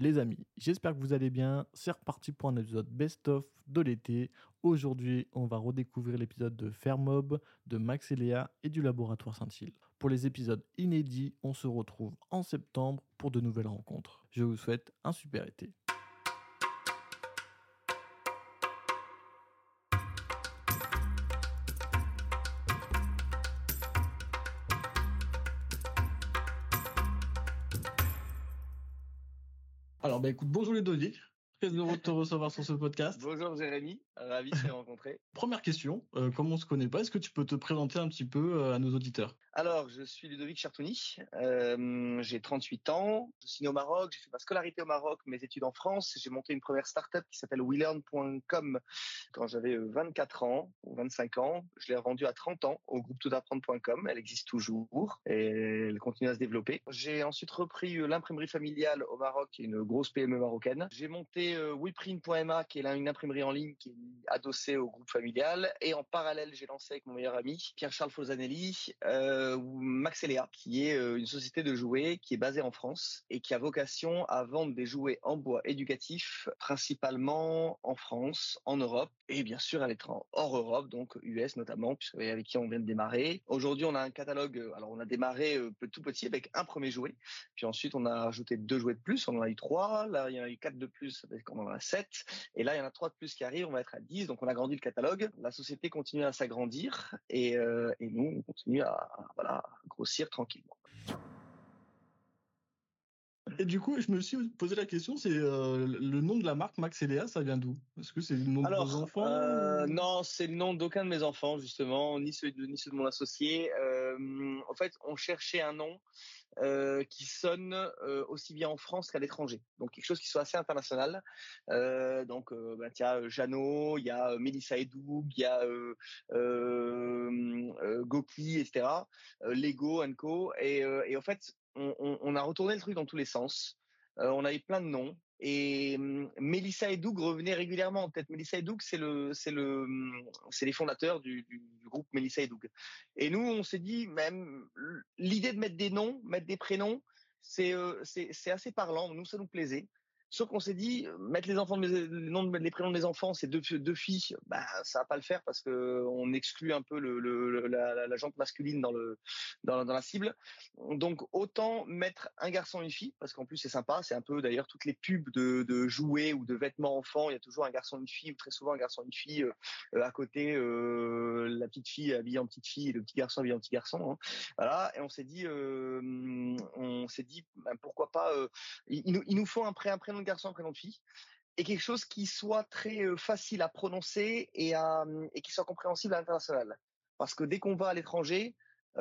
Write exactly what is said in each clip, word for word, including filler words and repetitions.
Les amis, j'espère que vous allez bien. C'est reparti pour un épisode best-of de l'été. Aujourd'hui, on va redécouvrir l'épisode de Fermob, de Max et Léa et du Laboratoire Saint-Hilaire. Pour les épisodes inédits, on se retrouve en septembre pour de nouvelles rencontres. Je vous souhaite un super été. Alors, bah écoute, bonjour Ludovic. Très heureux de te recevoir sur ce podcast. Bonjour Jérémy, ravi de te rencontrer. Première question, euh, comme on se connaît pas, est-ce que tu peux te présenter un petit peu euh, à nos auditeurs? Alors, je suis Ludovic Chartouni, euh, j'ai trente-huit ans, je suis né au Maroc, j'ai fait ma scolarité au Maroc, mes études en France, j'ai monté une première start-up qui s'appelle we learn point com quand j'avais vingt-quatre ans ou vingt-cinq ans. Je l'ai revendue à trente ans au groupe tout apprendre point com, elle existe toujours et elle continue à se développer. J'ai ensuite repris l'imprimerie familiale au Maroc, qui est une grosse P M E marocaine. J'ai monté euh, weprint point m a, qui est là une imprimerie en ligne qui est adossée au groupe familial, et en parallèle, j'ai lancé avec mon meilleur ami Pierre-Charles Folzanelli euh, Max et Léa, qui est une société de jouets qui est basée en France et qui a vocation à vendre des jouets en bois éducatifs, principalement en France, en Europe et bien sûr à l'étranger, hors Europe, donc U S notamment, puisque avec qui on vient de démarrer. Aujourd'hui, on a un catalogue. Alors, on a démarré tout petit avec un premier jouet, puis ensuite on a ajouté deux jouets de plus. On en a eu trois. Là, il y en a eu quatre de plus, on en a sept. Et là, il y en a trois de plus qui arrivent. On va être à dix. Donc, on a grandi le catalogue. La société continue à s'agrandir et, euh, et nous, on continue à, à voilà, grossir tranquillement. Et du coup, je me suis posé la question, c'est euh, le nom de la marque Max et Léa, ça vient d'où? Est-ce que c'est le nom Alors, de vos enfants euh, non, c'est le nom d'aucun de mes enfants, justement, ni celui de, ni celui de mon associé. Euh, en fait, on cherchait un nom Euh, qui sonne euh, aussi bien en France qu'à l'étranger. Donc quelque chose qui soit assez international. Euh, donc euh, bah, tiens, Jeannot, il y a euh, Mélissa Edoug, il y a euh, euh, euh, Goki, et cetera. Euh, Lego and Co. Et, euh, et en fait, on, on, on a retourné le truc dans tous les sens. Euh, on a eu plein de noms. Et hum, Mélissa Edoug revenait régulièrement en tête. Mélissa Edoug, c'est le, c'est le, c'est les fondateurs du, du, du groupe Mélissa Edoug. Et nous, on s'est dit, même l'idée de mettre des noms, mettre des prénoms, c'est, euh, c'est, c'est assez parlant. Nous, ça nous plaisait. Sauf qu'on s'est dit, mettre les enfants, de mes, les noms, de, les prénoms des enfants, c'est deux, deux filles, bah ça va pas le faire parce que on exclut un peu le, le, la, la, la jante masculine dans le, dans, dans la cible. Donc autant mettre un garçon et une fille, parce qu'en plus c'est sympa. C'est un peu d'ailleurs toutes les pubs de, de jouets ou de vêtements enfants, il y a toujours un garçon et une fille, ou très souvent un garçon et une fille euh, à côté, euh, la petite fille habillée en petite fille et le petit garçon habillé en petit garçon. Hein. Voilà. Et on s'est dit, euh, on s'est dit, ben, pourquoi pas. Euh, il, il, nous, il nous faut un, pré, un prénom de garçon, un prénom de fille, et quelque chose qui soit très euh, facile à prononcer et, à, et qui soit compréhensible à l'international. Parce que dès qu'on va à l'étranger,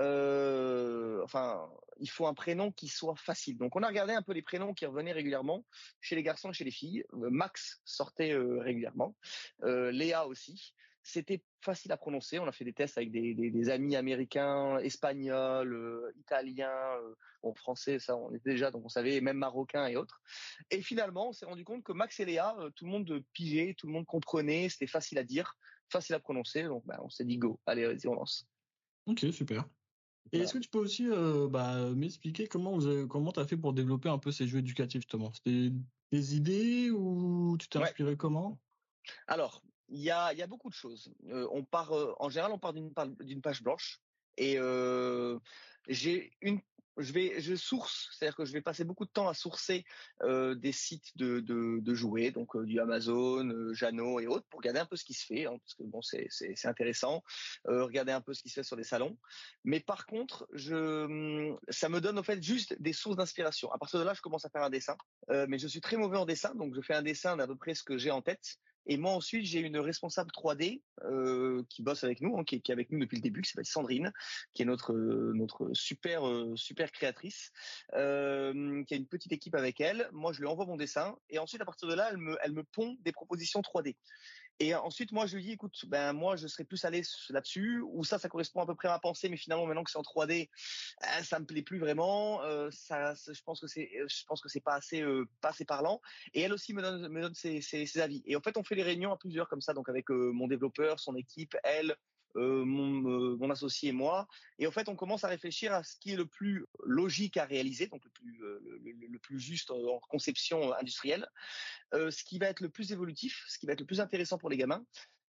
euh, enfin, il faut un prénom qui soit facile. Donc, on a regardé un peu les prénoms qui revenaient régulièrement chez les garçons et chez les filles. Euh, Max sortait euh, régulièrement, euh, Léa aussi. C'était facile à prononcer. On a fait des tests avec des, des, des amis américains, espagnols, euh, italiens, euh, bon, français, ça on était déjà, donc on savait, même marocains et autres. Et finalement, on s'est rendu compte que Max et Léa, euh, tout le monde pigeait, tout le monde comprenait, c'était facile à dire, facile à prononcer. Donc, bah, on s'est dit go, allez, vas-y, on lance. Ok, super. Et voilà. Est-ce que tu peux aussi euh, bah, m'expliquer comment vous comment t'as fait pour développer un peu ces jeux éducatifs justement? C'était des idées ou tu t'es ouais. inspiré comment? Alors, il y a, y a beaucoup de choses. Euh, on part, euh, en général, on part d'une, d'une page blanche et euh, j'ai une Je vais, je source, c'est-à-dire que je vais passer beaucoup de temps à sourcer euh, des sites de, de, de jouets, donc euh, du Amazon, euh, Jeannot et autres, pour regarder un peu ce qui se fait, hein, parce que bon, c'est, c'est, c'est intéressant, euh, regarder un peu ce qui se fait sur les salons. Mais par contre, je, ça me donne en fait juste des sources d'inspiration. À partir de là, je commence à faire un dessin, euh, mais je suis très mauvais en dessin, donc je fais un dessin d'à peu près ce que j'ai en tête. Et moi ensuite j'ai une responsable trois D euh, qui bosse avec nous, hein, qui, est, qui est avec nous depuis le début, qui s'appelle Sandrine, qui est notre notre super euh, super créatrice, euh, qui a une petite équipe avec elle. Moi je lui envoie mon dessin et ensuite à partir de là elle me elle me pond des propositions trois D. Et ensuite, moi, je lui dis, écoute, ben moi, je serais plus allé là-dessus, ou ça, ça correspond à peu près à ma pensée, mais finalement, maintenant que c'est en trois D, euh, ça me plaît plus vraiment. Euh, ça, je pense que c'est, je pense que c'est pas assez, euh, pas assez parlant. Et elle aussi me donne, me donne ses, ses, ses avis. Et en fait, on fait les réunions à plusieurs comme ça, donc avec euh, mon développeur, son équipe, elle. euh, mon, euh, mon associé et moi. Et en fait, on commence à réfléchir à ce qui est le plus logique à réaliser, donc le plus, euh, le, le, le plus juste en conception industrielle, euh, ce qui va être le plus évolutif, ce qui va être le plus intéressant pour les gamins.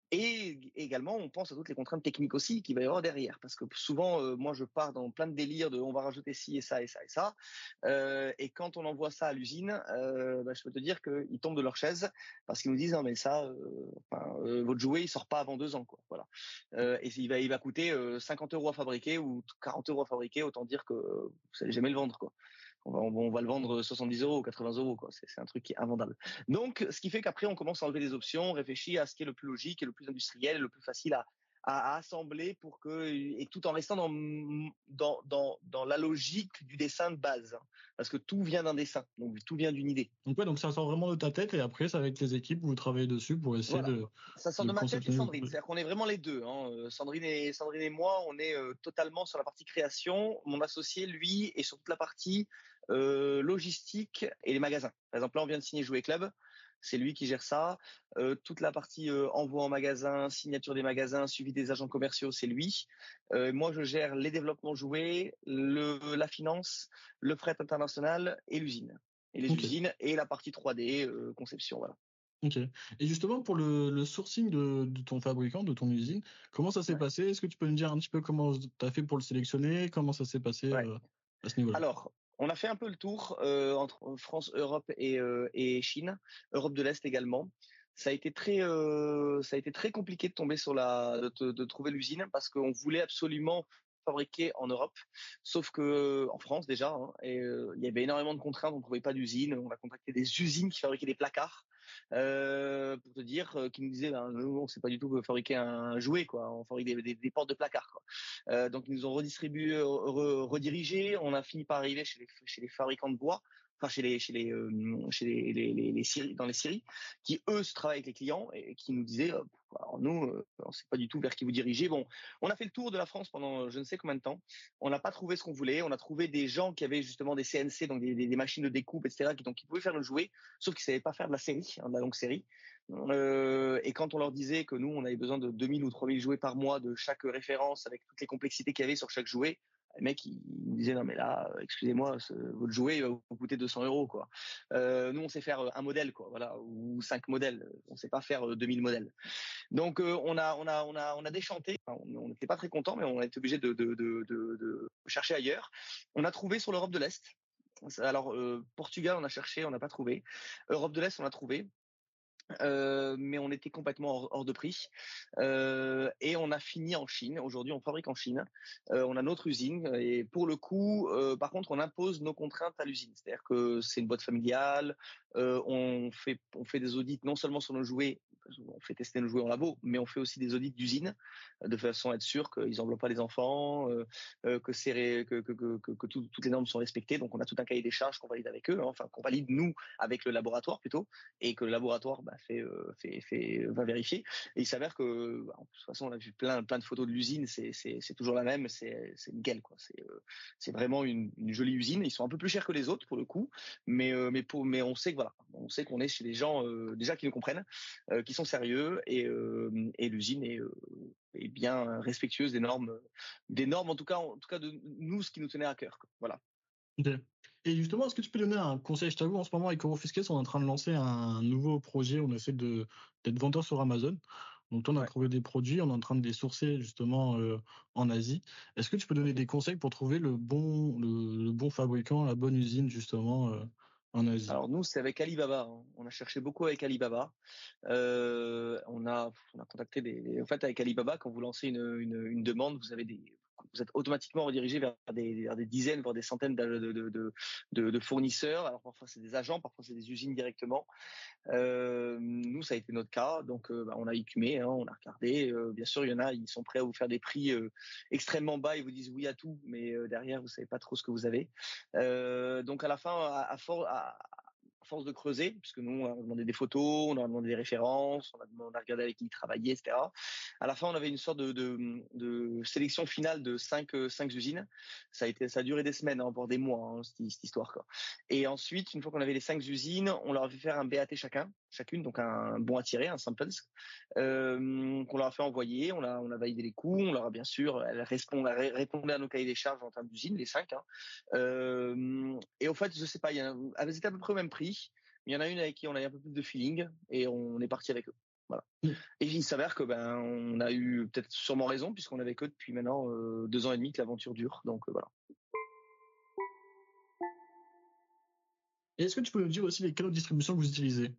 Et également, on pense à toutes les contraintes techniques aussi qu'il va y avoir derrière, parce que souvent, euh, moi, je pars dans plein de délires de on va rajouter ci et ça et ça et ça, euh, et quand on envoie ça à l'usine, euh, bah, je peux te dire qu'ils tombent de leur chaise parce qu'ils nous disent non mais ça, euh, enfin, euh, votre jouet il sort pas avant deux ans quoi, voilà. Euh, et il va il va coûter euh, cinquante euros à fabriquer ou quarante euros à fabriquer, autant dire que vous allez jamais le vendre quoi. On va, on va le vendre soixante-dix euros ou quatre-vingts euros, quoi. C'est, c'est un truc qui est invendable. Donc, ce qui fait qu'après, on commence à enlever des options, on réfléchit à ce qui est le plus logique et le plus industriel, et le plus facile à, à, à assembler pour que, et tout en restant dans, dans, dans, dans la logique du dessin de base. Hein, parce que tout vient d'un dessin. Donc, tout vient d'une idée. Donc, ouais, donc ça sort vraiment de ta tête et après, c'est avec les équipes, vous travaillez dessus pour essayer Voilà. de. Ça sort de de ma tête et conceptionner le Sandrine. produit. C'est-à-dire qu'on est vraiment les deux. Hein. Sandrine, et, Sandrine et moi, on est euh, totalement sur la partie création. Mon associé, lui, est sur toute la partie euh, logistique et les magasins. Par exemple, là, on vient de signer Jouet Club. C'est lui qui gère ça. Euh, toute la partie euh, envoi en magasin, signature des magasins, suivi des agents commerciaux, c'est lui. Euh, moi, je gère les développements jouets, le, la finance, le fret international et l'usine. Et les Ok. usines et la partie trois D, euh, conception, voilà. Ok. Et justement, pour le, le sourcing de, de ton fabricant, de ton usine, comment ça s'est Ouais. passé? Est-ce que tu peux me dire un petit peu comment tu as fait pour le sélectionner? Comment ça s'est passé Ouais. euh, à ce niveau-là? Alors, on a fait un peu le tour euh, entre France, Europe et, euh, et Chine, Europe de l'Est également. Ça a été très, euh, ça a été très compliqué de tomber sur la, de, de trouver l'usine parce qu'on voulait absolument fabriquer en Europe, sauf que en France déjà, hein, et euh, il y avait énormément de contraintes, on ne trouvait pas d'usine. On a contacté des usines qui fabriquaient des placards. Euh, pour te dire, euh, qui nous disaient, ben, nous, on sait pas du tout fabriquer un jouet, quoi. On fabrique des, des, des portes de placard, quoi. Euh, donc ils nous ont redistribué, re, redirigé. On a fini par arriver chez les, chez les fabricants de bois, enfin chez les chez les euh, chez les, les, les, les scieries, dans les scieries, qui eux se travaillent avec les clients et qui nous disaient, euh, alors nous, euh, on sait pas du tout vers qui vous dirigez. Bon, on a fait le tour de la France pendant je ne sais combien de temps. On n'a pas trouvé ce qu'on voulait. On a trouvé des gens qui avaient justement des C N C, donc des, des, des machines de découpe, et cetera, qui donc qui pouvaient faire le jouet, sauf qu'ils savaient pas faire de la série, hein, de la longue série. Euh, et quand on leur disait que nous, on avait besoin de deux mille ou trois mille jouets par mois de chaque référence avec toutes les complexités qu'il y avait sur chaque jouet, les mecs, ils me disaient non mais là, excusez-moi, ce, votre jouet il va vous coûter deux cents euros quoi. Euh, nous, on sait faire un modèle quoi, voilà, ou cinq modèles. On sait pas faire deux mille modèles. Donc euh, on a on a on a on a déchanté. Enfin, on n'était pas très content, mais on a été obligé de, de, de, de, de chercher ailleurs. On a trouvé sur l'Europe de l'Est. Alors euh, Portugal, on a cherché, on n'a pas trouvé. Europe de l'Est, on a trouvé. Euh, mais on était complètement hors, hors de prix. Euh, et on a fini en Chine. Aujourd'hui, on fabrique en Chine. Euh, on a notre usine. Et pour le coup, euh, par contre, on impose nos contraintes à l'usine. C'est-à-dire que c'est une boîte familiale. Euh, on fait, on fait des audits non seulement sur nos jouets, on fait tester nos jouets en labo, mais on fait aussi des audits d'usine de façon à être sûr qu'ils n'enveloppent pas les enfants, euh, que, c'est, que, que, que, que, que tout, toutes les normes sont respectées. Donc, on a tout un cahier des charges qu'on valide avec eux, hein, enfin qu'on valide nous avec le laboratoire plutôt, et que le laboratoire bah, fait, euh, fait, fait, va vérifier. Et il s'avère que, bah, de toute façon, on a vu plein, plein de photos de l'usine, c'est, c'est, c'est toujours la même, c'est, c'est nickel, quoi. C'est, euh, c'est vraiment une, une jolie usine. Ils sont un peu plus chers que les autres pour le coup, mais, euh, mais, pour, mais on sait que voilà, on sait qu'on est chez des gens euh, déjà qui nous comprennent, euh, qui sont sérieux, et, euh, et l'usine est, euh, est bien respectueuse des normes, des normes en tout cas, en tout cas de nous, ce qui nous tenait à cœur, quoi. Voilà. Okay. Et justement, est-ce que tu peux donner un conseil? Je t'avoue, en ce moment, avec Eurofiscus, on est en train de lancer un nouveau projet. On essaie de, d'être vendeur sur Amazon. Donc, on a Ouais. trouvé des produits, on est en train de les sourcer justement euh, en Asie. Est-ce que tu peux donner Okay. des conseils pour trouver le bon, le, le bon fabricant, la bonne usine justement euh, en Asie? Alors nous, c'est avec Alibaba. Hein. On a cherché beaucoup avec Alibaba. Euh, on a, on a contacté des. En fait, avec Alibaba, quand vous lancez une, une, une demande, vous avez des, vous êtes automatiquement redirigé vers des, vers des dizaines, voire des centaines de, de, de, de, de fournisseurs. Alors parfois c'est des agents, parfois c'est des usines directement. Euh, nous, ça a été notre cas, donc euh, bah, on a écumé, hein, on a regardé. Euh, bien sûr, il y en a, ils sont prêts à vous faire des prix euh, extrêmement bas, ils vous disent oui à tout, mais euh, derrière, vous savez pas trop ce que vous avez. Euh, donc à la fin, à, à, for- à, à force de creuser, puisque nous, on a demandé des photos, on a demandé des références, on a, demandé, on a regardé avec qui ils travaillaient, et cetera. À la fin, on avait une sorte de, de, de sélection finale de cinq, cinq usines. Ça a été, ça a duré des semaines, hein, voire des mois, hein, cette, cette histoire, quoi. Et ensuite, une fois qu'on avait les cinq usines, on leur a fait faire un B A T chacun. chacune, donc un bon à tirer, un samples, euh, qu'on leur a fait envoyer. On a, on a validé les coûts, on leur a bien sûr, elles répondent, elles répondaient à nos cahiers des charges en termes d'usine, les cinq. Hein. Euh, et au fait, je sais pas, il y a, elles étaient à peu près au même prix. Il y en a une avec qui on a eu un peu plus de feeling et on est parti avec eux. Voilà. Et il s'avère que ben on a eu peut-être sûrement raison puisqu'on avait que depuis maintenant euh, deux ans et demi que l'aventure dure. Donc euh, voilà. Et est-ce que tu peux nous dire aussi les canaux de distribution que vous utilisez?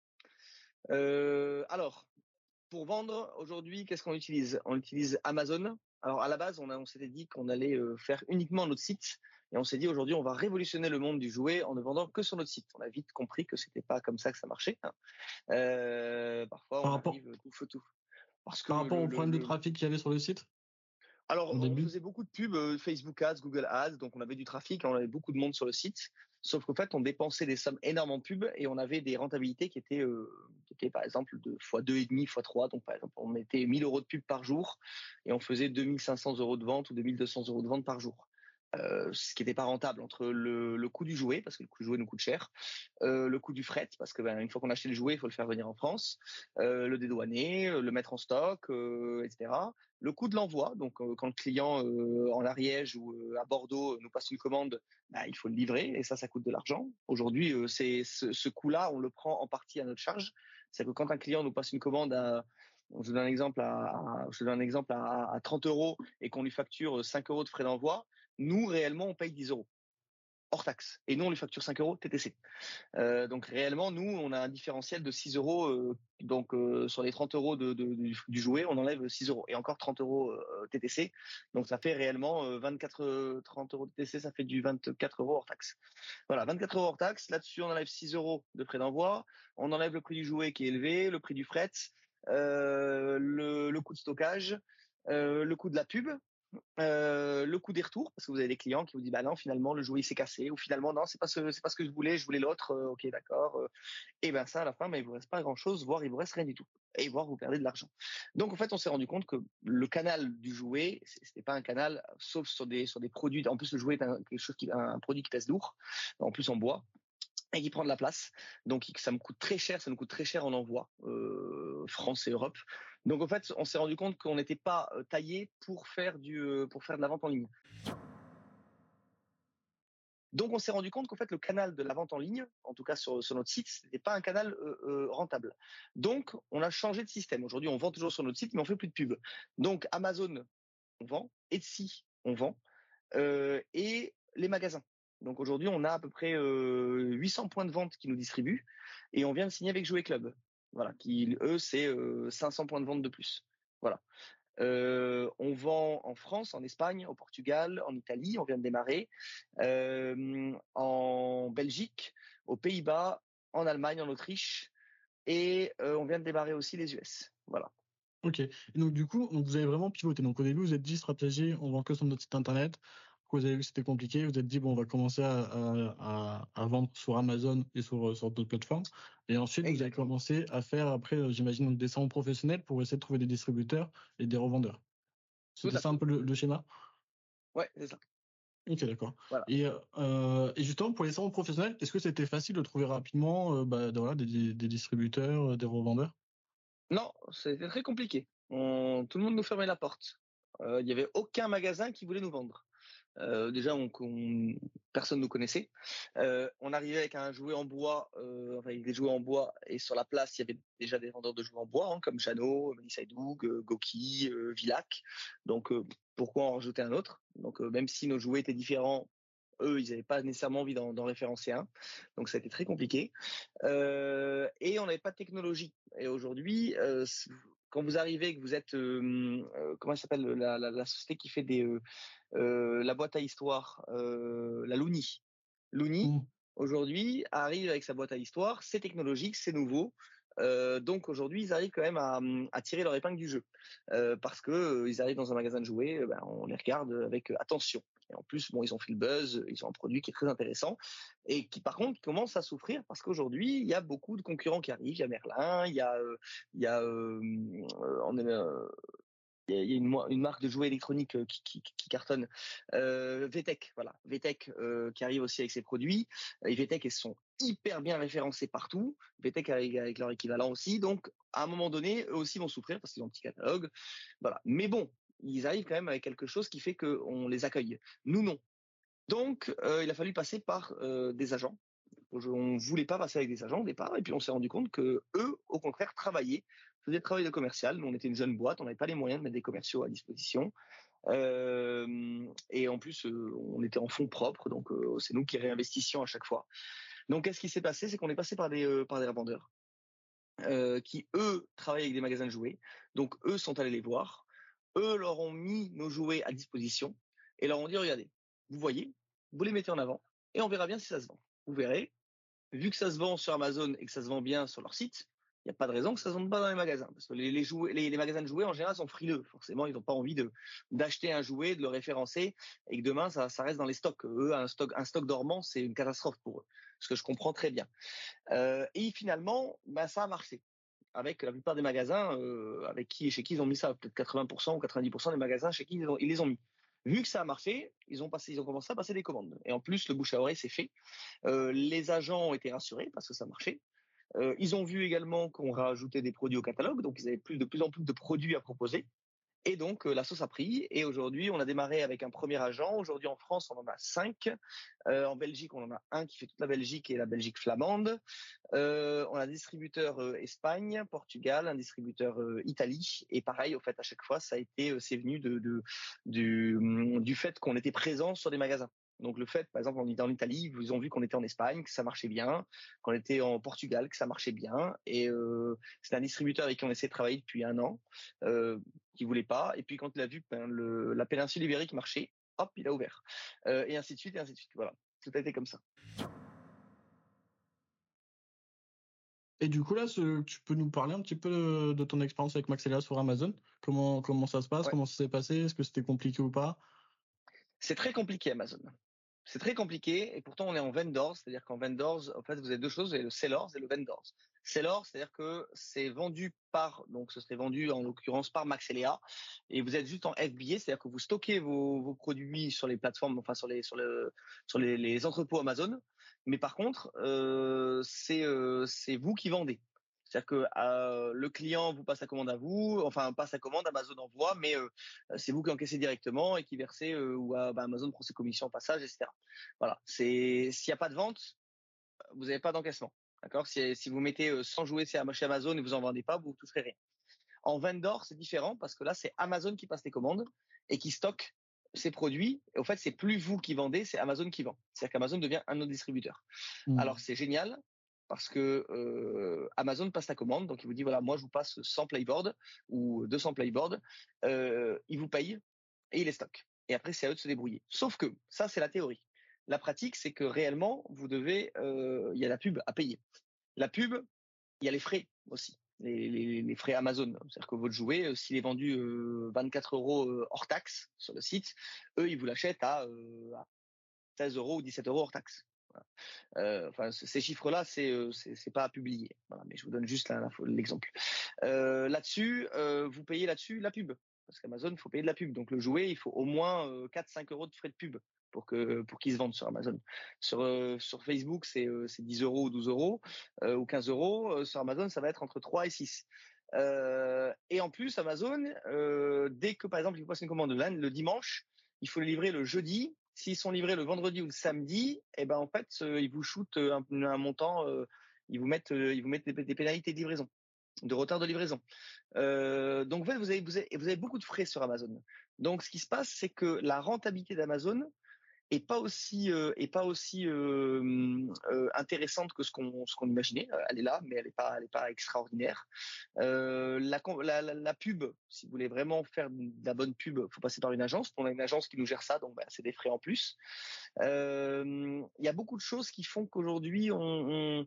euh, Alors, pour vendre aujourd'hui, qu'est-ce qu'on utilise? On utilise Amazon. Alors à la base, on, a, on s'était dit qu'on allait euh, faire uniquement notre site, et on s'est dit aujourd'hui, on va révolutionner le monde du jouet en ne vendant que sur notre site. On a vite compris que c'était pas comme ça que ça marchait. Hein. Euh, parfois, Par on rapport, arrive tout feu tout. Parce que par rapport le, au le, problème de le... trafic qu'il y avait sur le site Alors, au on début? faisait beaucoup de pubs, euh, Facebook Ads, Google Ads, donc on avait du trafic, on avait beaucoup de monde sur le site. Sauf qu'en fait, on dépensait des sommes énormes en pub et on avait des rentabilités qui étaient, euh, qui étaient par exemple de fois deux et demi, fois trois. Donc par exemple, on mettait mille euros de pub par jour et on faisait deux mille cinq cents euros de vente ou deux mille deux cents euros de vente par jour. Euh, ce qui n'était pas rentable entre le, le coût du jouet, parce que le coût du jouet nous coûte cher, euh, le coût du fret, parce que ben, une fois qu'on a acheté le jouet, il faut le faire venir en France, euh, le dédouaner, le mettre en stock, euh, et cetera. Le coût de l'envoi, donc euh, quand le client euh, en Ariège ou euh, à Bordeaux nous passe une commande, ben, il faut le livrer et ça, ça coûte de l'argent. Aujourd'hui, euh, c'est ce, ce coût-là, on le prend en partie à notre charge. C'est que quand un client nous passe une commande à je vous donne un exemple à, à je donne un exemple à, à trente euros et qu'on lui facture cinq euros de frais d'envoi, nous, réellement, on paye dix euros hors taxe. Et nous, on lui facture cinq euros T T C. Euh, donc, réellement, nous, on a un différentiel de six euros. Euh, donc, euh, sur les trente euros de, de, du, du jouet, on enlève six euros. Et encore trente euros euh, T T C. Donc, ça fait réellement euh, vingt-quatre, euh, trente euros de T T C, ça fait du vingt-quatre euros hors taxe. Voilà, vingt-quatre euros hors taxe. Là-dessus, on enlève six euros de frais d'envoi. On enlève le prix du jouet qui est élevé, le prix du fret, euh, le, le coût de stockage, euh, le coût de la pub. Euh, le coût des retours, parce que vous avez des clients qui vous disent bah non, finalement le jouet s'est cassé, ou finalement non, c'est pas ce, c'est pas ce que je voulais, je voulais l'autre. Euh, ok, d'accord. Euh, et ben ça à la fin, ben il vous reste pas grand chose, voire il vous reste rien du tout, et voire vous perdez de l'argent. Donc en fait, on s'est rendu compte que le canal du jouet, c'était pas un canal, sauf sur des sur des produits. En plus, le jouet est un, quelque chose qui un produit qui pèse lourd, en plus en bois, et qui prend de la place. Donc ça me coûte très cher, ça nous coûte très cher en envoi, euh, France et Europe. Donc en fait, on s'est rendu compte qu'on n'était pas taillé pour faire du euh, pour faire de la vente en ligne. Donc on s'est rendu compte qu'en fait le canal de la vente en ligne, en tout cas sur, sur notre site, c'était pas un canal euh, euh, rentable. Donc on a changé de système. Aujourd'hui, on vend toujours sur notre site, mais on fait plus de pub. Donc Amazon, on vend, Etsy, on vend, euh, et les magasins. Donc aujourd'hui, on a à peu près euh, huit cents points de vente qui nous distribuent et on vient de signer avec Jouet Club. Voilà, qui eux c'est euh, cinq cents points de vente de plus. Voilà. Euh, on vend en France, en Espagne, au Portugal, en Italie, on vient de démarrer, euh, en Belgique, aux Pays-Bas, en Allemagne, en Autriche, et euh, on vient de démarrer aussi les U S. Voilà. Ok. Et donc du coup, donc, vous avez vraiment pivoté. Donc au début, vous êtes dit stratégie, on vend que sur notre site internet. Vous avez vu que c'était compliqué, vous êtes dit bon, on va commencer à, à, à vendre sur Amazon et sur, sur d'autres plateformes. Et ensuite, vous avez Exactement. commencé à faire après, j'imagine, des salons professionnels pour essayer de trouver des distributeurs et des revendeurs. Tout C'était à ça fait. un peu le, le schéma? Ouais, c'est ça. Ok, d'accord. Voilà. Et, euh, et justement, pour les salons professionnels, est-ce que c'était facile de trouver rapidement euh, bah, voilà, des, des distributeurs, des revendeurs? Non, c'était très compliqué. On, tout le monde nous fermait la porte. Euh, il n'y avait aucun magasin qui voulait nous vendre. Euh, déjà, on, on, personne ne nous connaissait. Euh, on arrivait avec un jouet en bois, euh, enfin, avec des jouets en bois, et sur la place, il y avait déjà des vendeurs de jouets en bois, hein, comme Jeannot, Melissa Doug, euh, Goki, euh, Villac. Donc, euh, pourquoi en rajouter un autre? Donc, euh, même si nos jouets étaient différents, eux, ils n'avaient pas nécessairement envie d'en, d'en référencer un. Donc, ça a été très compliqué. Euh, et on n'avait pas de technologie. Et aujourd'hui, euh, quand vous arrivez, que vous êtes, euh, euh, comment ça s'appelle, la, la, la société qui fait des, euh, euh, la boîte à histoire, euh, la Looney. Looney, Mmh. aujourd'hui, arrive avec sa boîte à histoire, c'est technologique, c'est nouveau. Euh, donc aujourd'hui, ils arrivent quand même à, à tirer leur épingle du jeu. Euh, parce que euh, ils arrivent dans un magasin de jouets, euh, ben, on les regarde avec attention. Et en plus, bon, ils ont fait le buzz, ils ont un produit qui est très intéressant et qui, par contre, commence à souffrir parce qu'aujourd'hui, il y a beaucoup de concurrents qui arrivent. Il y a Merlin, il y a, euh, il y a, euh, on est, euh, il y a une, une marque de jouets électroniques qui, qui, qui cartonne, euh, V T E C, voilà, V T E C euh, qui arrive aussi avec ses produits. Et V T E C, ils sont hyper bien référencés partout. V T E C avec, avec leur équivalent aussi. Donc, à un moment donné, eux aussi vont souffrir parce qu'ils ont un petit catalogue. Voilà. Mais bon, ils arrivent quand même avec quelque chose qui fait qu'on les accueille. Nous, non. Donc, euh, il a fallu passer par euh, des agents. On ne voulait pas passer avec des agents au départ, et puis on s'est rendu compte que eux, au contraire, travaillaient, faisaient le travail de commercial. Nous, on était une jeune boîte, on n'avait pas les moyens de mettre des commerciaux à disposition. Euh, et en plus, euh, on était en fonds propres, donc euh, c'est nous qui réinvestissions à chaque fois. Donc, qu'est-ce qui s'est passé? C'est qu'on est passé par des, euh, par des revendeurs euh, qui, eux, travaillent avec des magasins de jouets. Donc, eux sont allés les voir. Eux leur ont mis nos jouets à disposition et leur ont dit, regardez, vous voyez, vous les mettez en avant et on verra bien si ça se vend. Vous verrez, vu que ça se vend sur Amazon et que ça se vend bien sur leur site, il n'y a pas de raison que ça ne se vende pas dans les magasins. Parce que les, les, jouets, les, les magasins de jouets, en général, sont frileux. Forcément, ils n'ont pas envie de, d'acheter un jouet, de le référencer et que demain, ça, ça reste dans les stocks. Eux, un stock, un stock dormant, c'est une catastrophe pour eux. Ce que je comprends très bien. Euh, et finalement, ben, ça a marché. Avec la plupart des magasins euh, avec qui, chez qui ils ont mis ça. Peut-être quatre-vingts pour cent ou quatre-vingt-dix pour cent des magasins chez qui ils, ont, ils les ont mis. Vu que ça a marché, ils ont, passé, ils ont commencé à passer des commandes. Et en plus, le bouche à oreille s'est fait. Euh, les agents ont été rassurés parce que ça marchait. Euh, ils ont vu également qu'on rajoutait des produits au catalogue, donc ils avaient plus, de plus en plus de produits à proposer. Et donc, euh, la sauce a pris. Et aujourd'hui, on a démarré avec un premier agent. Aujourd'hui, en France, on en a cinq. Euh, en Belgique, on en a un qui fait toute la Belgique et la Belgique flamande. Euh, on a un distributeur euh, Espagne, Portugal, un distributeur euh, Italie. Et pareil, au fait, à chaque fois, ça a été, euh, c'est venu de, de, du, du fait qu'on était présent sur des magasins. Donc le fait, par exemple, on était en Italie, ils ont vu qu'on était en Espagne, que ça marchait bien, qu'on était en Portugal, que ça marchait bien. Et euh, c'est un distributeur avec qui on essaie de travailler depuis un an, euh, qui voulait pas. Et puis quand il a vu que ben, le, la péninsule ibérique marchait, hop, il a ouvert. Euh, et ainsi de suite, et ainsi de suite. Voilà, tout a été comme ça. Et du coup, là, ce, tu peux nous parler un petit peu de, de ton expérience avec Maxelia sur Amazon? Comment, comment ça se passe? Ouais. Comment ça s'est passé? Est-ce que c'était compliqué ou pas? C'est très compliqué, Amazon. C'est très compliqué et pourtant on est en vendors, c'est-à-dire qu'en vendors, en fait, vous avez deux choses, vous avez le sellers et le vendors. Seller, c'est-à-dire que c'est vendu par, donc ce serait vendu en l'occurrence par Maxelia et vous êtes juste en F B A, c'est-à-dire que vous stockez vos, vos produits sur les plateformes, enfin sur les sur le sur les, les entrepôts Amazon, mais par contre euh, c'est euh, c'est vous qui vendez. C'est-à-dire que euh, le client vous passe la commande à vous, enfin passe la commande, Amazon envoie, mais euh, c'est vous qui encaissez directement et qui versez euh, ou à, bah, Amazon prend ses commissions au passage, et cetera. Voilà. C'est s'il n'y a pas de vente, vous n'avez pas d'encaissement. D'accord. Si, si vous mettez euh, cent jouets chez Amazon et vous en vendez pas, vous ne toucherez rien. En vendor, c'est différent parce que là, c'est Amazon qui passe les commandes et qui stocke ses produits. Et au fait, c'est plus vous qui vendez, c'est Amazon qui vend. C'est-à-dire qu'Amazon devient un autre distributeur. Mmh. Alors, c'est génial parce que euh, Amazon passe la commande. Donc, il vous dit, voilà, moi, je vous passe cent playboards ou deux cents playboards. Euh, il vous paye et il les stocke. Et après, c'est à eux de se débrouiller. Sauf que ça, c'est la théorie. La pratique, c'est que réellement, vous devez, euh, il y a la pub à payer. La pub, il y a les frais aussi. Les, les, les frais Amazon. C'est-à-dire que votre jouet, s'il est vendu euh, vingt-quatre euros euh, hors taxe sur le site, eux, ils vous l'achètent à, euh, à seize euros ou dix-sept euros hors taxe. Voilà. Euh, enfin, ces chiffres-là, c'est, euh, c'est, c'est pas à publier. Voilà, mais je vous donne juste la, la, l'exemple. Euh, là-dessus, euh, vous payez là-dessus la pub. Parce qu'Amazon, il faut payer de la pub. Donc le jouet, il faut au moins euh, quatre à cinq euros de frais de pub pour que pour qu'ils se vendent sur Amazon. Sur euh, sur Facebook, c'est euh, c'est dix euros ou douze euros euh, ou quinze euros. Euh, sur Amazon, ça va être entre trois et six. Euh, et en plus, Amazon, euh, dès que par exemple ils vous passent une commande le dimanche, il faut les livrer le jeudi. S'ils sont livrés le vendredi ou le samedi, et eh ben en fait, euh, ils vous shootent un, un montant, euh, ils vous mettent euh, ils vous mettent des, des pénalités de livraison, de retard de livraison. Euh, donc en fait, vous avez, vous avez vous avez beaucoup de frais sur Amazon. Donc ce qui se passe, c'est que la rentabilité d'Amazon est pas aussi euh, est pas aussi euh, euh, intéressante que ce qu'on ce qu'on imaginait. Elle est là, mais elle est pas elle est pas extraordinaire. Euh, la, la, la, la pub, si vous voulez vraiment faire de la bonne pub, faut passer par une agence. On a une agence qui nous gère ça, donc bah, c'est des frais en plus. Il euh, y a beaucoup de choses qui font qu'aujourd'hui on on,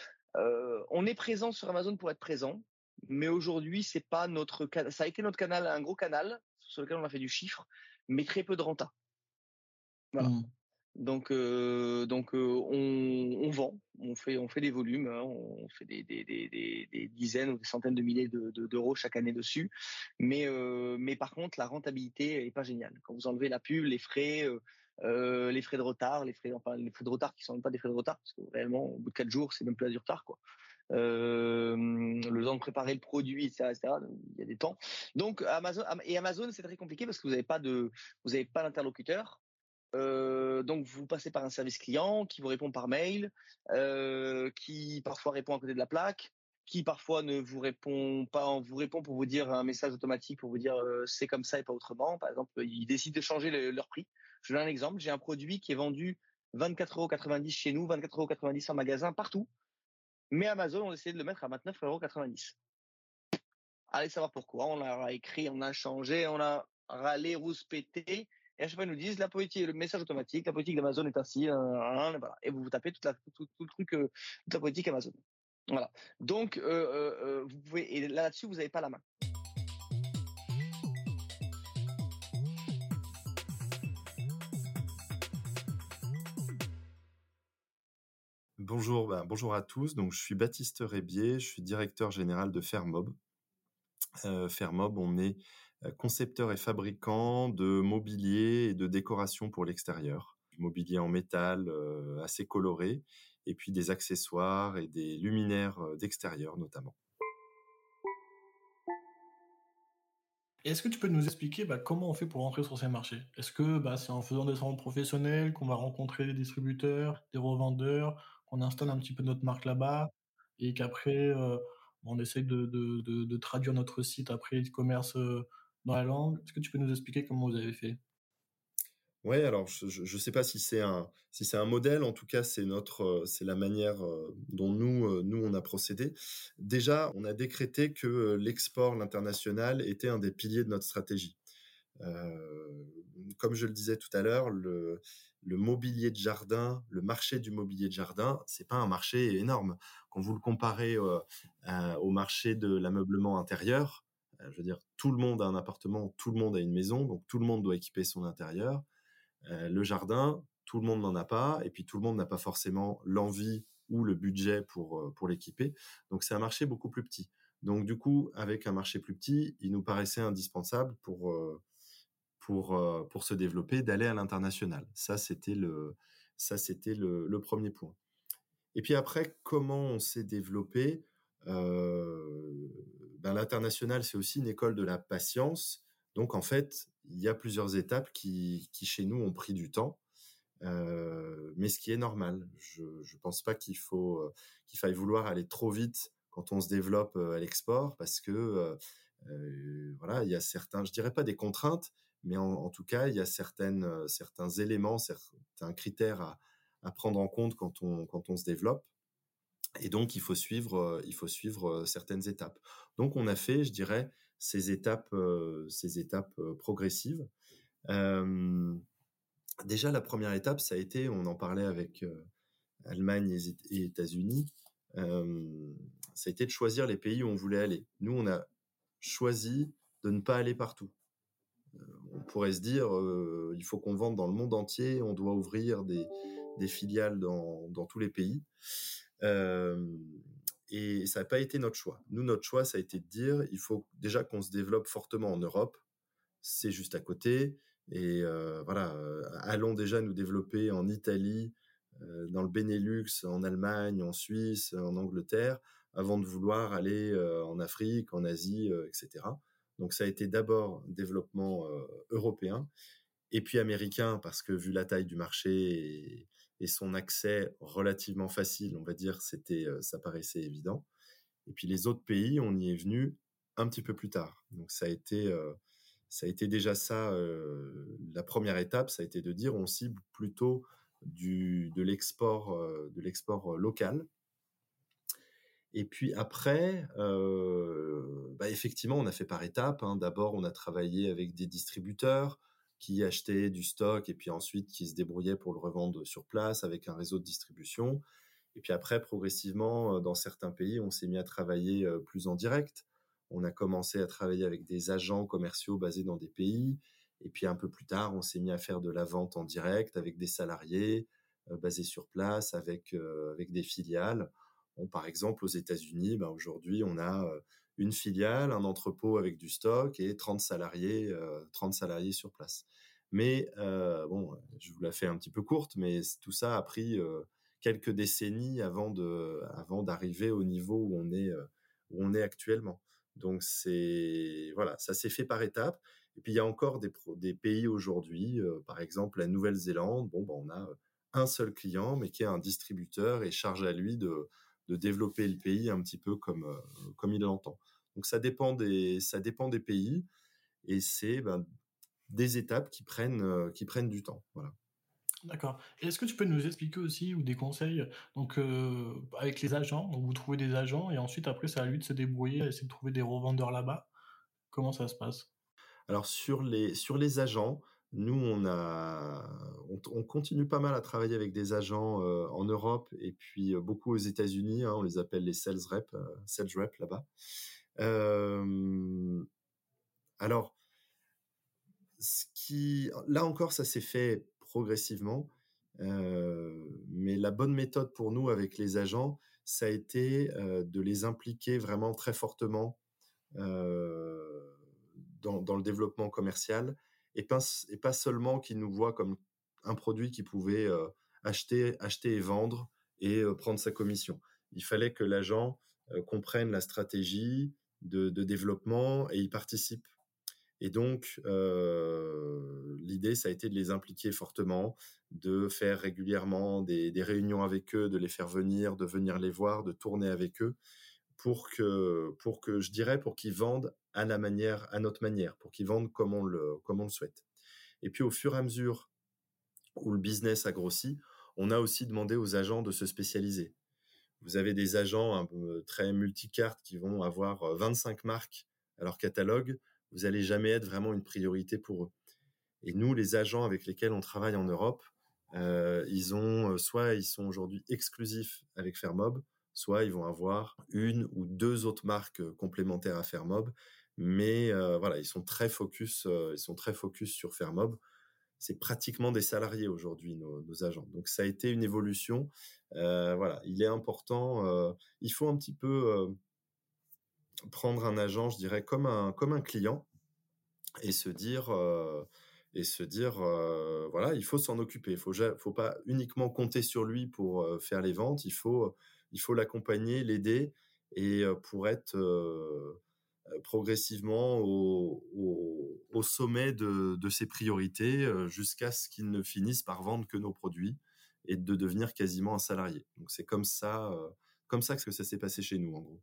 euh, on est présent sur Amazon pour être présent. Mais aujourd'hui, c'est pas notre ça a été notre canal, un gros canal sur lequel on a fait du chiffre, mais très peu de renta. Voilà. Mmh. Donc, euh, donc euh, on, on vend, on fait, on fait des volumes, hein, on fait des, des, des, des, des dizaines ou des centaines de milliers de, de, d'euros chaque année dessus. Mais, euh, mais par contre, la rentabilité est pas géniale. Quand vous enlevez la pub, les frais, euh, euh, les frais de retard, les frais, enfin les frais de retard qui sont même pas des frais de retard, parce que réellement, au bout de quatre jours, c'est même plus du retard, quoi. Euh, le temps de préparer le produit, et cetera, et cetera. Il y a des temps. Donc Amazon et Amazon, c'est très compliqué parce que vous n'avez pas de, vous n'avez pas d'interlocuteur. Euh, donc vous passez par un service client qui vous répond par mail, euh, qui parfois répond à côté de la plaque, qui parfois ne vous répond pas, on vous répond pour vous dire un message automatique pour vous dire euh, c'est comme ça et pas autrement. Par exemple, ils décident de changer le, leur prix. Je donne un exemple. J'ai un produit qui est vendu vingt-quatre euros quatre-vingt-dix chez nous, vingt-quatre euros quatre-vingt-dix en magasin partout, mais Amazon ont décidé de le mettre à vingt-neuf euros quatre-vingt-dix. Allez savoir pourquoi. On a écrit, on a changé, on a râlé, rouspété. Et à chaque fois, ils nous disent la politique, le message automatique, la politique d'Amazon est ainsi, euh, euh, voilà. Et vous vous tapez toute la, tout, tout, tout le truc, euh, toute la politique Amazon. Voilà. Donc, euh, euh, vous pouvez, et là-dessus, vous n'avez pas la main. Bonjour, ben, bonjour à tous. Donc, je suis Baptiste Rébier, je suis directeur général de Fermob. Euh, Fermob, on est concepteur et fabricant de mobilier et de décoration pour l'extérieur. Du mobilier en métal euh, assez coloré, et puis des accessoires et des luminaires d'extérieur notamment. Et est-ce que tu peux nous expliquer bah, comment on fait pour rentrer sur ces marchés? Est-ce que bah, c'est en faisant des salons professionnels qu'on va rencontrer des distributeurs, des revendeurs, qu'on installe un petit peu notre marque là-bas et qu'après euh, on essaye de, de, de, de traduire notre site après e-commerce euh, dans la langue? Est-ce que tu peux nous expliquer comment vous avez fait? Ouais, alors je ne sais pas si c'est un si c'est un modèle. En tout cas, c'est notre euh, c'est la manière euh, dont nous euh, nous on a procédé. Déjà, on a décrété que euh, l'export, l'international était un des piliers de notre stratégie. Euh, comme je le disais tout à l'heure, le, le mobilier de jardin, le marché du mobilier de jardin, c'est pas un marché énorme. Quand vous le comparez euh, à- au marché de l'ameublement intérieur, euh, je veux dire, tout le monde a un appartement, tout le monde a une maison, donc tout le monde doit équiper son intérieur. Euh, le jardin, tout le monde n'en a pas, et puis tout le monde n'a pas forcément l'envie ou le budget pour, euh, pour l'équiper. Donc c'est un marché beaucoup plus petit. Donc du coup, avec un marché plus petit, il nous paraissait indispensable pour, euh, pour, euh, pour se développer, d'aller à l'international. Ça, c'était le, ça, c'était le, le premier point. Et puis après, comment on s'est développé? Euh, ben, l'international, c'est aussi une école de la patience. Donc, en fait, il y a plusieurs étapes qui, qui chez nous, ont pris du temps. Euh, mais ce qui est normal. Je ne pense pas qu'il faut euh, qu'il faille vouloir aller trop vite quand on se développe euh, à l'export, parce que euh, euh, voilà, il y a certains, je dirais pas des contraintes, mais en, en tout cas, il y a certaines, euh, certains éléments, certains critères à, à prendre en compte quand on, quand on se développe. Et donc, il faut suivre, euh, il faut suivre euh, certaines étapes. Donc, on a fait, je dirais, ces étapes, euh, ces étapes euh, progressives. Euh, déjà, la première étape, ça a été, on en parlait avec euh, Allemagne et, et États-Unis, euh, ça a été de choisir les pays où on voulait aller. Nous, on a choisi de ne pas aller partout. On pourrait se dire, euh, il faut qu'on vende dans le monde entier, on doit ouvrir des, des filiales dans, dans tous les pays. Euh, et ça n'a pas été notre choix. Nous, notre choix, ça a été de dire, il faut déjà qu'on se développe fortement en Europe. C'est juste à côté. Et euh, voilà, euh, allons déjà nous développer en Italie, euh, dans le Benelux, en Allemagne, en Suisse, en Angleterre, avant de vouloir aller euh, en Afrique, en Asie, euh, et cetera. Donc ça a été d'abord développement euh, européen, et puis américain, parce que vu la taille du marché et, et son accès relativement facile, on va dire, c'était, euh, ça paraissait évident. Et puis les autres pays, on y est venu un petit peu plus tard. Donc ça a été, euh, ça a été déjà ça, euh, la première étape, ça a été de dire on cible plutôt du, de l'export, euh, de l'export local. Et puis après, euh, bah effectivement, on a fait par étapes, hein. D'abord, on a travaillé avec des distributeurs qui achetaient du stock et puis ensuite qui se débrouillaient pour le revendre sur place avec un réseau de distribution. Et puis après, progressivement, dans certains pays, on s'est mis à travailler plus en direct. On a commencé à travailler avec des agents commerciaux basés dans des pays. Et puis un peu plus tard, on s'est mis à faire de la vente en direct avec des salariés euh, basés sur place, avec, euh, avec des filiales. Bon, par exemple, aux États-Unis, ben, aujourd'hui, on a euh, une filiale, un entrepôt avec du stock et trente salariés, euh, trente salariés sur place. Mais euh, bon, je vous la fais un petit peu courte, mais tout ça a pris euh, quelques décennies avant de, avant d'arriver au niveau où on est, euh, où on est actuellement. Donc c'est voilà, ça s'est fait par étapes. Et puis il y a encore des, pro- des pays aujourd'hui, euh, par exemple la Nouvelle-Zélande. Bon, ben, on a euh, un seul client, mais qui est un distributeur et charge à lui de, de développer le pays un petit peu comme, euh, comme il l'entend. Donc ça dépend des, ça dépend des pays et c'est ben, des étapes qui prennent, euh, qui prennent du temps. Voilà. D'accord. Et est-ce que tu peux nous expliquer aussi ou des conseils donc euh, avec les agents, donc vous trouvez des agents et ensuite après c'est à lui de se débrouiller, essayer de trouver des revendeurs là-bas. Comment ça se passe? Alors sur les, sur les agents, nous on a, on, on continue pas mal à travailler avec des agents euh, en Europe et puis euh, beaucoup aux États-Unis. Hein, on les appelle les sales reps, euh, sales reps là-bas. Euh, alors ce qui, là encore, ça s'est fait progressivement, euh, mais la bonne méthode pour nous avec les agents, ça a été euh, de les impliquer vraiment très fortement euh, dans, dans le développement commercial et pas, et pas seulement qu'ils nous voient comme un produit qu'ils pouvaient euh, acheter, acheter et vendre et euh, prendre sa commission. Il fallait que l'agent euh, comprenne la stratégie de, de développement et y participe. Et donc, euh, l'idée, ça a été de les impliquer fortement, de faire régulièrement des, des réunions avec eux, de les faire venir, de venir les voir, de tourner avec eux, pour que, pour que je dirais, pour qu'ils vendent à la manière, à notre manière, pour qu'ils vendent comme on le, comme on le souhaite. Et puis, au fur et à mesure où le business a grossi, on a aussi demandé aux agents de se spécialiser. Vous avez des agents un peu très multicartes qui vont avoir vingt-cinq marques à leur catalogue. Vous n'allez jamais être vraiment une priorité pour eux. Et nous, les agents avec lesquels on travaille en Europe, euh, ils ont soit ils sont aujourd'hui exclusifs avec Fairmob, soit ils vont avoir une ou deux autres marques complémentaires à Fairmob. Mais euh, voilà, ils sont très focus, euh, ils sont très focus sur Fairmob. C'est pratiquement des salariés aujourd'hui, nos, nos agents. Donc ça a été une évolution. Euh, voilà, il est important. Euh, il faut un petit peu euh, prendre un agent, je dirais, comme un comme un client et se dire euh, et se dire euh, voilà, il faut s'en occuper. Il faut ja- faut pas uniquement compter sur lui pour euh, faire les ventes. Il faut il faut l'accompagner, l'aider et euh, pour être euh, euh, progressivement au, au, au sommet de, de ses priorités euh, jusqu'à ce qu'il ne finisse par vendre que nos produits et de devenir quasiment un salarié. Donc c'est comme ça, euh, comme ça que ça s'est passé chez nous en gros.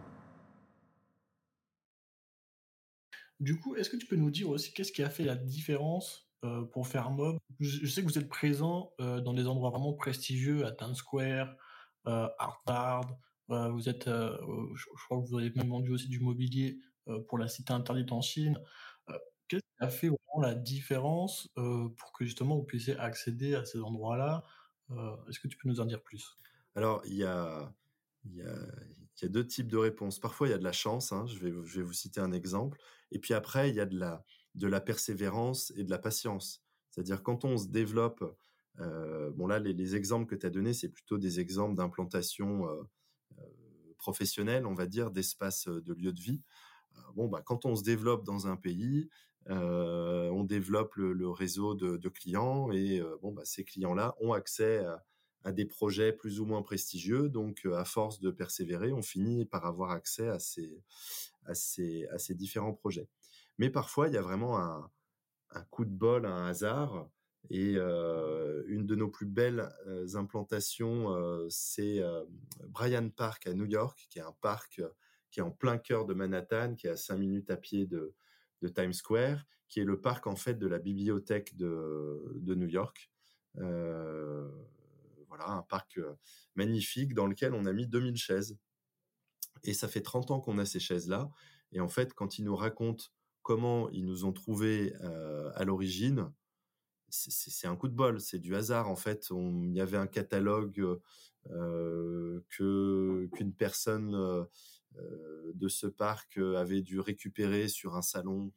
Du coup, est-ce que tu peux nous dire aussi qu'est-ce qui a fait la différence euh, pour faire Mob? Je, je sais que vous êtes présent euh, dans des endroits vraiment prestigieux, à Times Square, euh, Harvard. Euh, vous êtes, euh, euh, je, je crois que vous avez même vendu aussi du mobilier euh, pour la cité interdite en Chine. Euh, qu'est-ce qui a fait vraiment la différence euh, pour que justement vous puissiez accéder à ces endroits-là? Euh, est-ce que tu peux nous en dire plus? Alors il y a il y a, il y a deux types de réponses. Parfois il y a de la chance, hein, je vais je vais vous citer un exemple. Et puis après il y a de la de la persévérance et de la patience. C'est-à-dire quand on se développe, euh, bon là les, les exemples que tu as donnés c'est plutôt des exemples d'implantation euh, professionnelle, on va dire, d'espace de lieu de vie. Bon, bah, quand on se développe dans un pays, euh, on développe le, le réseau de, de clients et euh, bon, bah, ces clients-là ont accès à, à des projets plus ou moins prestigieux. Donc, euh, à force de persévérer, on finit par avoir accès à ces, à ces, à ces différents projets. Mais parfois, il y a vraiment un, un coup de bol, un hasard. Et euh, une de nos plus belles euh, implantations, euh, c'est euh, Bryant Park à New York, qui est un parc euh, qui est en plein cœur de Manhattan, qui est à cinq minutes à pied de, de Times Square, qui est le parc en fait de la bibliothèque de, de New York. Euh, voilà, un parc euh, magnifique dans lequel on a mis deux mille chaises. Et ça fait trente ans qu'on a ces chaises-là. Et en fait, quand ils nous racontent comment ils nous ont trouvés euh, à l'origine, c'est c'est un coup de bol, c'est du hasard en fait. On, il y avait un catalogue euh, que qu'une personne euh, de ce parc avait dû récupérer sur un salon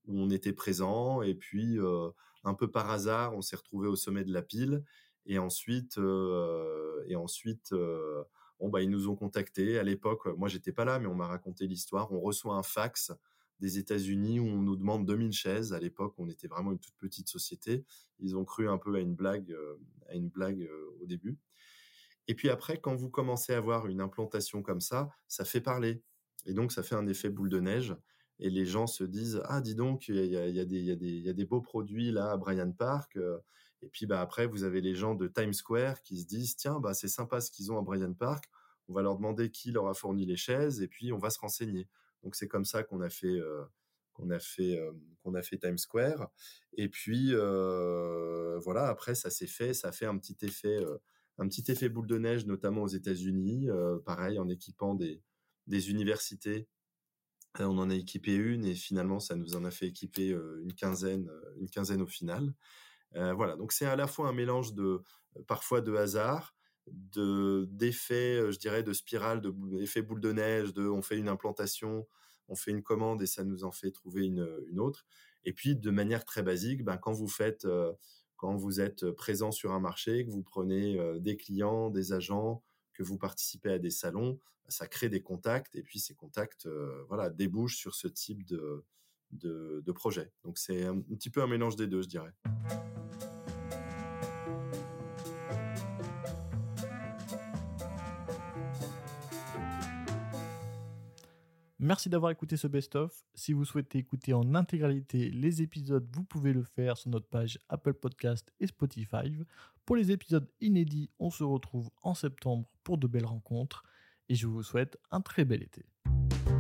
où on était présent. Et puis, euh, un peu par hasard, on s'est retrouvé au sommet de la pile. Et ensuite, euh, et ensuite euh, bon, bah, ils nous ont contactés. À l'époque, moi, j'étais pas là, mais on m'a raconté l'histoire. On reçoit un fax des États-Unis où on nous demande deux mille chaises. À l'époque, on était vraiment une toute petite société. Ils ont cru un peu à une blague, euh, à une blague euh, au début. Et puis après, quand vous commencez à avoir une implantation comme ça, ça fait parler. Et donc, ça fait un effet boule de neige. Et les gens se disent, ah, dis donc, il y a, il y a des, il y a des, il y a des beaux produits là à Bryant Park. euh, Et puis bah, après, vous avez les gens de Times Square qui se disent, tiens, bah, c'est sympa ce qu'ils ont à Bryant Park. On va leur demander qui leur a fourni les chaises et puis on va se renseigner. Donc, c'est comme ça qu'on a fait, euh, qu'on a fait, euh, qu'on a fait Times Square. Et puis, euh, voilà, après, ça s'est fait, ça a fait un petit effet, euh, un petit effet boule de neige, notamment aux États-Unis. Euh, pareil, en équipant des, des universités. Euh, On en a équipé une et finalement, ça nous en a fait équiper euh, une quinzaine, euh, une quinzaine au final. Euh, voilà, donc c'est à la fois un mélange de parfois de hasard, de d'effets, euh, je dirais, de spirale, de bou- effet boule de neige, de on fait une implantation, on fait une commande et ça nous en fait trouver une, une autre. Et puis de manière très basique, ben, quand vous faites, euh, quand vous êtes présent sur un marché, que vous prenez euh, des clients, des agents, que vous participez à des salons, ça crée des contacts et puis ces contacts, euh, voilà, débouchent sur ce type de, de, de projet. Donc c'est un, un petit peu un mélange des deux, je dirais. Merci d'avoir écouté ce best-of. Si vous souhaitez écouter en intégralité les épisodes, vous pouvez le faire sur notre page Apple Podcast et Spotify. Pour les épisodes inédits, on se retrouve en septembre pour de belles rencontres et je vous souhaite un très bel été.